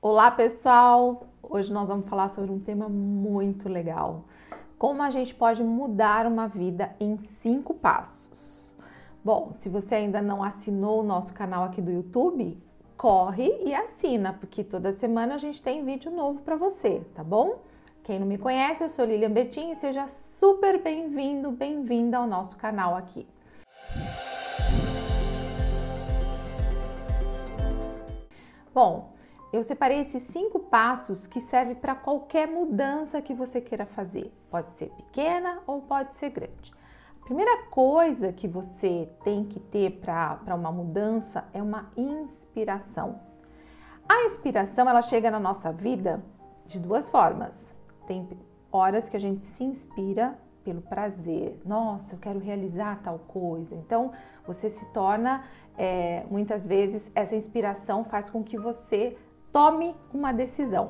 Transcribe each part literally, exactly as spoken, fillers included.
Olá pessoal! Hoje nós vamos falar sobre um tema muito legal. Como a gente pode mudar uma vida em cinco passos. Bom, se você ainda não assinou o nosso canal aqui do YouTube, corre e assina, porque toda semana a gente tem vídeo novo para você, tá bom? Quem não me conhece, eu sou Lilian Bettin e seja super bem-vindo, bem-vinda ao nosso canal aqui. Bom, eu separei esses cinco passos que servem para qualquer mudança que você queira fazer. Pode ser pequena ou pode ser grande. A primeira coisa que você tem que ter para uma mudança é uma inspiração. A inspiração, ela chega na nossa vida de duas formas. Tem horas que a gente se inspira pelo prazer. Nossa, eu quero realizar tal coisa. Então, você se torna, é, muitas vezes, essa inspiração faz com que você tome uma decisão.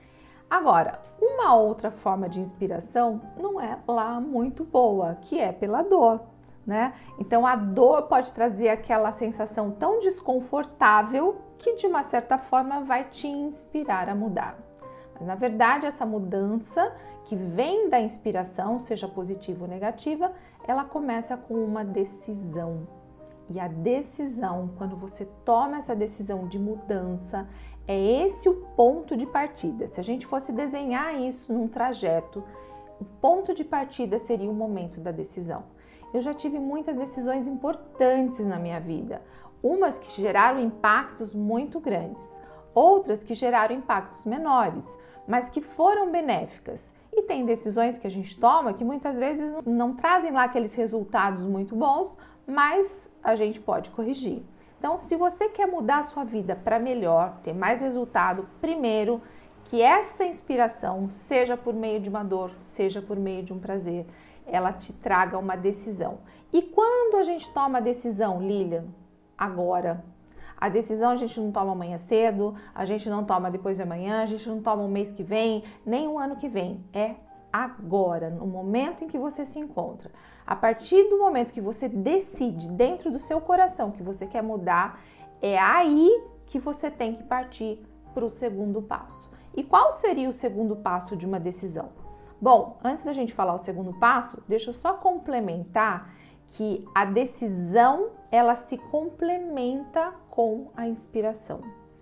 Agora, uma outra forma de inspiração não é lá muito boa, que é pela dor, né? Então, a dor pode trazer aquela sensação tão desconfortável que, de uma certa forma, vai te inspirar a mudar. Mas, na verdade, essa mudança que vem da inspiração, seja positiva ou negativa, ela começa com uma decisão. E a decisão, quando você toma essa decisão de mudança, é esse o ponto de partida. Se a gente fosse desenhar isso num trajeto, o ponto de partida seria o momento da decisão. Eu já tive muitas decisões importantes na minha vida, umas que geraram impactos muito grandes, outras que geraram impactos menores, mas que foram benéficas. E tem decisões que a gente toma que muitas vezes não trazem lá aqueles resultados muito bons, mas a gente pode corrigir. Então, se você quer mudar a sua vida para melhor, ter mais resultado, primeiro, que essa inspiração, seja por meio de uma dor, seja por meio de um prazer, ela te traga uma decisão. E quando a gente toma a decisão, Lilian? Agora. A decisão a gente não toma amanhã cedo, a gente não toma depois de amanhã, a gente não toma o mês que vem, nem o ano que vem. É agora, no momento em que você se encontra. A partir do momento que você decide dentro do seu coração que você quer mudar, é aí que você tem que partir para o segundo passo. E qual seria o segundo passo de uma decisão? Bom, antes da gente falar o segundo passo, deixa eu só complementar que a decisão, ela se complementa com a inspiração.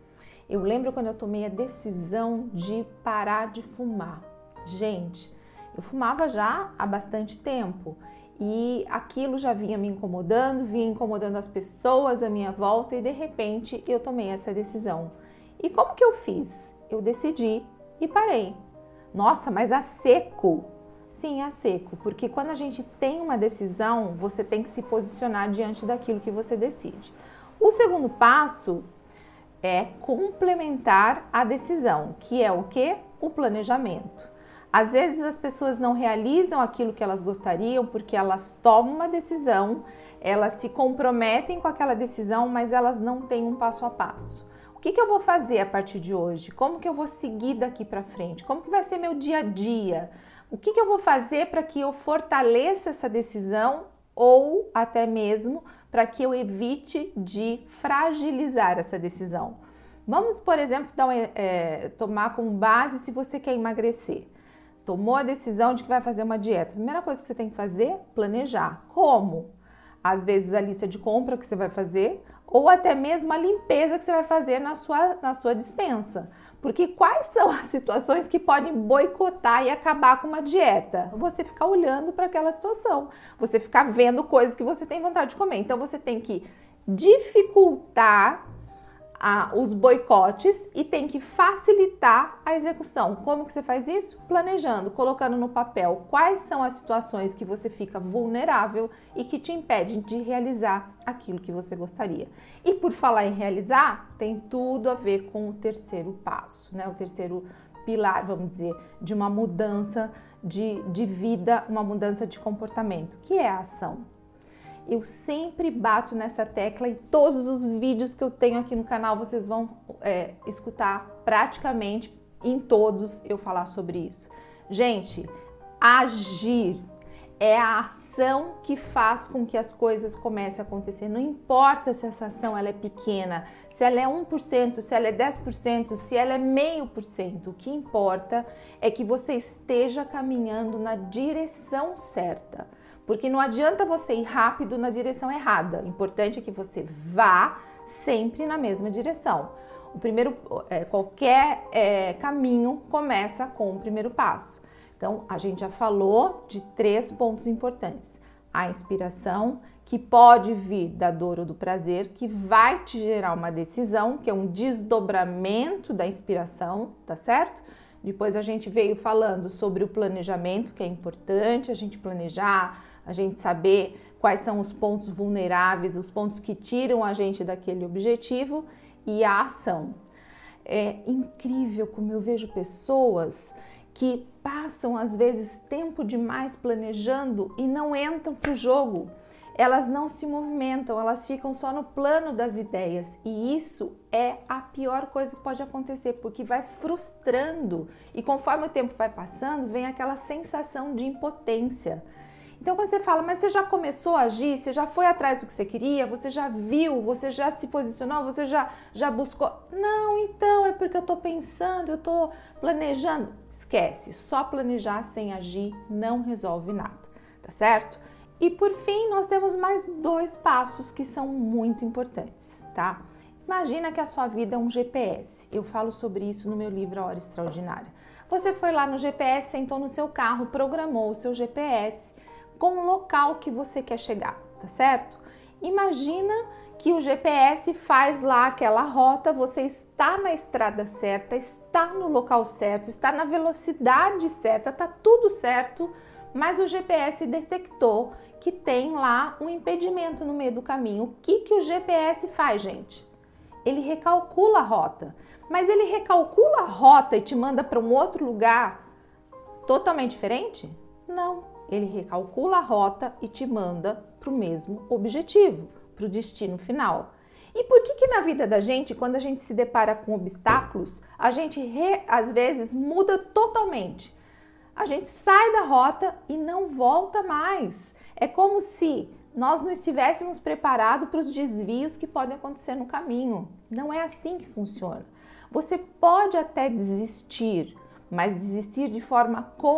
Eu lembro quando eu tomei a decisão de parar de fumar. Gente, eu fumava já há bastante tempo e aquilo já vinha me incomodando, vinha incomodando as pessoas à minha volta e de repente eu tomei essa decisão. E como que eu fiz? Eu decidi e parei. Nossa, mas a seco! Sim, a seco, porque quando a gente tem uma decisão, você tem que se posicionar diante daquilo que você decide. O segundo passo é complementar a decisão, que é o quê? O planejamento. Às vezes as pessoas não realizam aquilo que elas gostariam porque elas tomam uma decisão, elas se comprometem com aquela decisão, mas elas não têm um passo a passo. O que que eu vou fazer a partir de hoje? Como que eu vou seguir daqui para frente? Como que vai ser meu dia a dia? O que que eu vou fazer para que eu fortaleça essa decisão ou até mesmo para que eu evite de fragilizar essa decisão? Vamos, por exemplo, dar um, é, tomar como base se você quer emagrecer. Tomou a decisão de que vai fazer uma dieta. A primeira coisa que você tem que fazer, planejar. Como? Às vezes a lista de compra que você vai fazer ou até mesmo a limpeza que você vai fazer na sua, na sua despensa. Porque quais são as situações que podem boicotar e acabar com uma dieta? Você ficar olhando para aquela situação, você ficar vendo coisas que você tem vontade de comer. Então você tem que dificultar a, os boicotes e tem que facilitar a execução. Como que você faz isso? Planejando, colocando no papel quais são as situações que você fica vulnerável e que te impedem de realizar aquilo que você gostaria. E por falar em realizar, tem tudo a ver com o terceiro passo, né? O terceiro pilar, vamos dizer, de uma mudança de, de vida, uma mudança de comportamento, que é a ação. Eu sempre bato nessa tecla e todos os vídeos que eu tenho aqui no canal vocês vão é, escutar praticamente em todos eu falar sobre isso. Gente, agir é a ação que faz com que as coisas comecem a acontecer. Não importa se essa ação ela é pequena, se ela é um por cento, se ela é dez por cento, se ela é meio por cento. O que importa é que você esteja caminhando na direção certa. Porque não adianta você ir rápido na direção errada. O importante é que você vá sempre na mesma direção. O primeiro, é, qualquer é, caminho começa com o primeiro passo. Então, a gente já falou de três pontos importantes. A inspiração, que pode vir da dor ou do prazer, que vai te gerar uma decisão, que é um desdobramento da inspiração, tá certo? Depois a gente veio falando sobre o planejamento, que é importante a gente planejar, a gente saber quais são os pontos vulneráveis, os pontos que tiram a gente daquele objetivo, e a ação. É incrível como eu vejo pessoas que passam às vezes tempo demais planejando e não entram para o jogo. Elas não se movimentam, elas ficam só no plano das ideias, e isso é a pior coisa que pode acontecer, porque vai frustrando, e conforme o tempo vai passando, vem aquela sensação de impotência. Então, quando você fala, mas você já começou a agir, você já foi atrás do que você queria, você já viu, você já se posicionou, você já, já buscou. Não, então, é porque eu tô pensando, eu tô planejando. Esquece, só planejar sem agir não resolve nada, tá certo? E por fim, nós temos mais dois passos que são muito importantes, tá? Imagina que a sua vida é um G P S. Eu falo sobre isso no meu livro A Hora Extraordinária. Você foi lá no G P S, sentou no seu carro, programou o seu G P S com o local que você quer chegar, tá certo? Imagina que o G P S faz lá aquela rota, você está na estrada certa, está no local certo, está na velocidade certa, tá tudo certo, mas o G P S detectou que tem lá um impedimento no meio do caminho. O que que o G P S faz, gente? Ele recalcula a rota, mas ele recalcula a rota e te manda para um outro lugar totalmente diferente? Não. Ele recalcula a rota e te manda para o mesmo objetivo, para o destino final. E por que que na vida da gente, quando a gente se depara com obstáculos, a gente re, às vezes muda totalmente? A gente sai da rota e não volta mais. É como se nós não estivéssemos preparados para os desvios que podem acontecer no caminho. Não é assim que funciona. Você pode até desistir, mas desistir de forma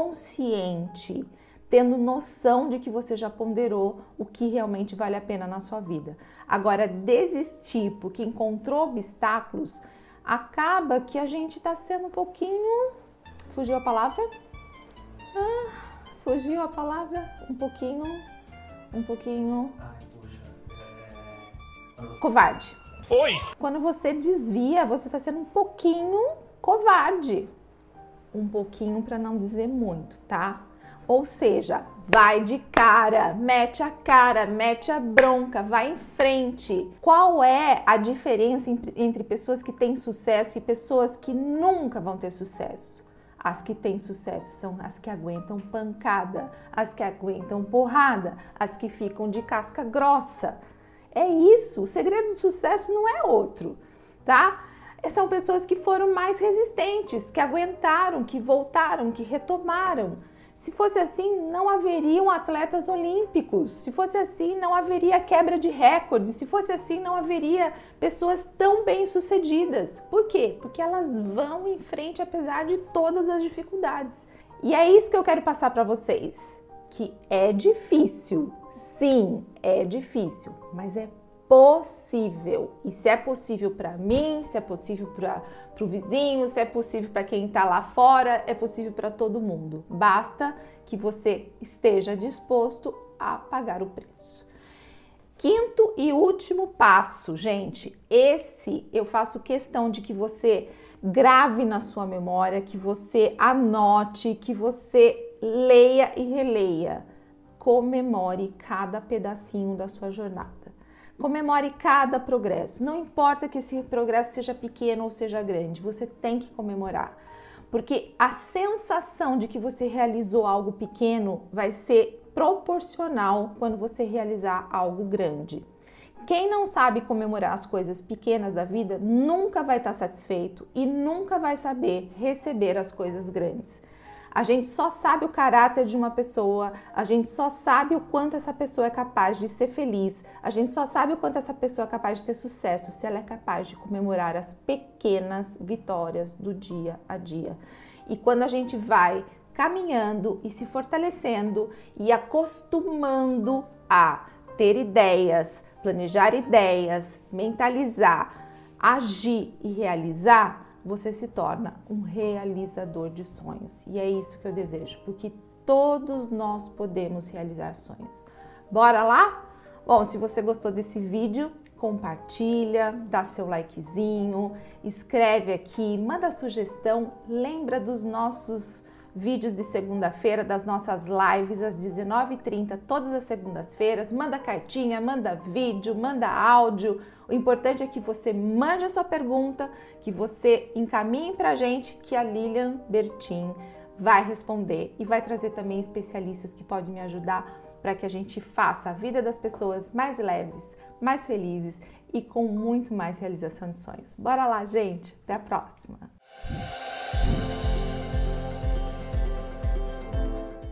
consciente, tendo noção de que você já ponderou o que realmente vale a pena na sua vida. Agora, desistir porque encontrou obstáculos, acaba que a gente está sendo um pouquinho... Fugiu a palavra? Ah, fugiu a palavra? Um pouquinho... Um pouquinho... Ai, poxa, é... Covarde. Oi! Quando você desvia, você está sendo um pouquinho covarde. Um pouquinho para não dizer muito, tá? Ou seja, vai de cara, mete a cara, mete a bronca, vai em frente. Qual é a diferença entre pessoas que têm sucesso e pessoas que nunca vão ter sucesso? As que têm sucesso são as que aguentam pancada, as que aguentam porrada, as que ficam de casca grossa. É isso, o segredo do sucesso não é outro, tá? São pessoas que foram mais resistentes, que aguentaram, que voltaram, que retomaram. Se fosse assim, não haveriam atletas olímpicos. Se fosse assim, não haveria quebra de recorde. Se fosse assim, não haveria pessoas tão bem-sucedidas. Por quê? Porque elas vão em frente apesar de todas as dificuldades. E é isso que eu quero passar para vocês, que é difícil. Sim, é difícil, mas é possível. E se é possível para mim, se é possível para o vizinho, se é possível para quem está lá fora, é possível para todo mundo. Basta que você esteja disposto a pagar o preço. Quinto e último passo, gente. Esse eu faço questão de que você grave na sua memória, que você anote, que você leia e releia. Comemore cada pedacinho da sua jornada. Comemore cada progresso, não importa que esse progresso seja pequeno ou seja grande, você tem que comemorar, porque a sensação de que você realizou algo pequeno vai ser proporcional quando você realizar algo grande. Quem não sabe comemorar as coisas pequenas da vida nunca vai estar satisfeito e nunca vai saber receber as coisas grandes. A gente só sabe o caráter de uma pessoa, a gente só sabe o quanto essa pessoa é capaz de ser feliz, a gente só sabe o quanto essa pessoa é capaz de ter sucesso, se ela é capaz de comemorar as pequenas vitórias do dia a dia. E quando a gente vai caminhando e se fortalecendo e acostumando a ter ideias, planejar ideias, mentalizar, agir e realizar, você se torna um realizador de sonhos. E é isso que eu desejo, porque todos nós podemos realizar sonhos. Bora lá? Bom, se você gostou desse vídeo, compartilha, dá seu likezinho, escreve aqui, manda sugestão, lembra dos nossos vídeos de segunda-feira, das nossas lives às dezenove e trinta, todas as segundas-feiras. Manda cartinha, manda vídeo, manda áudio. O importante é que você mande a sua pergunta, que você encaminhe pra gente, que a Lilian Bertin vai responder e vai trazer também especialistas que podem me ajudar para que a gente faça a vida das pessoas mais leves, mais felizes e com muito mais realização de sonhos. Bora lá, gente! Até a próxima!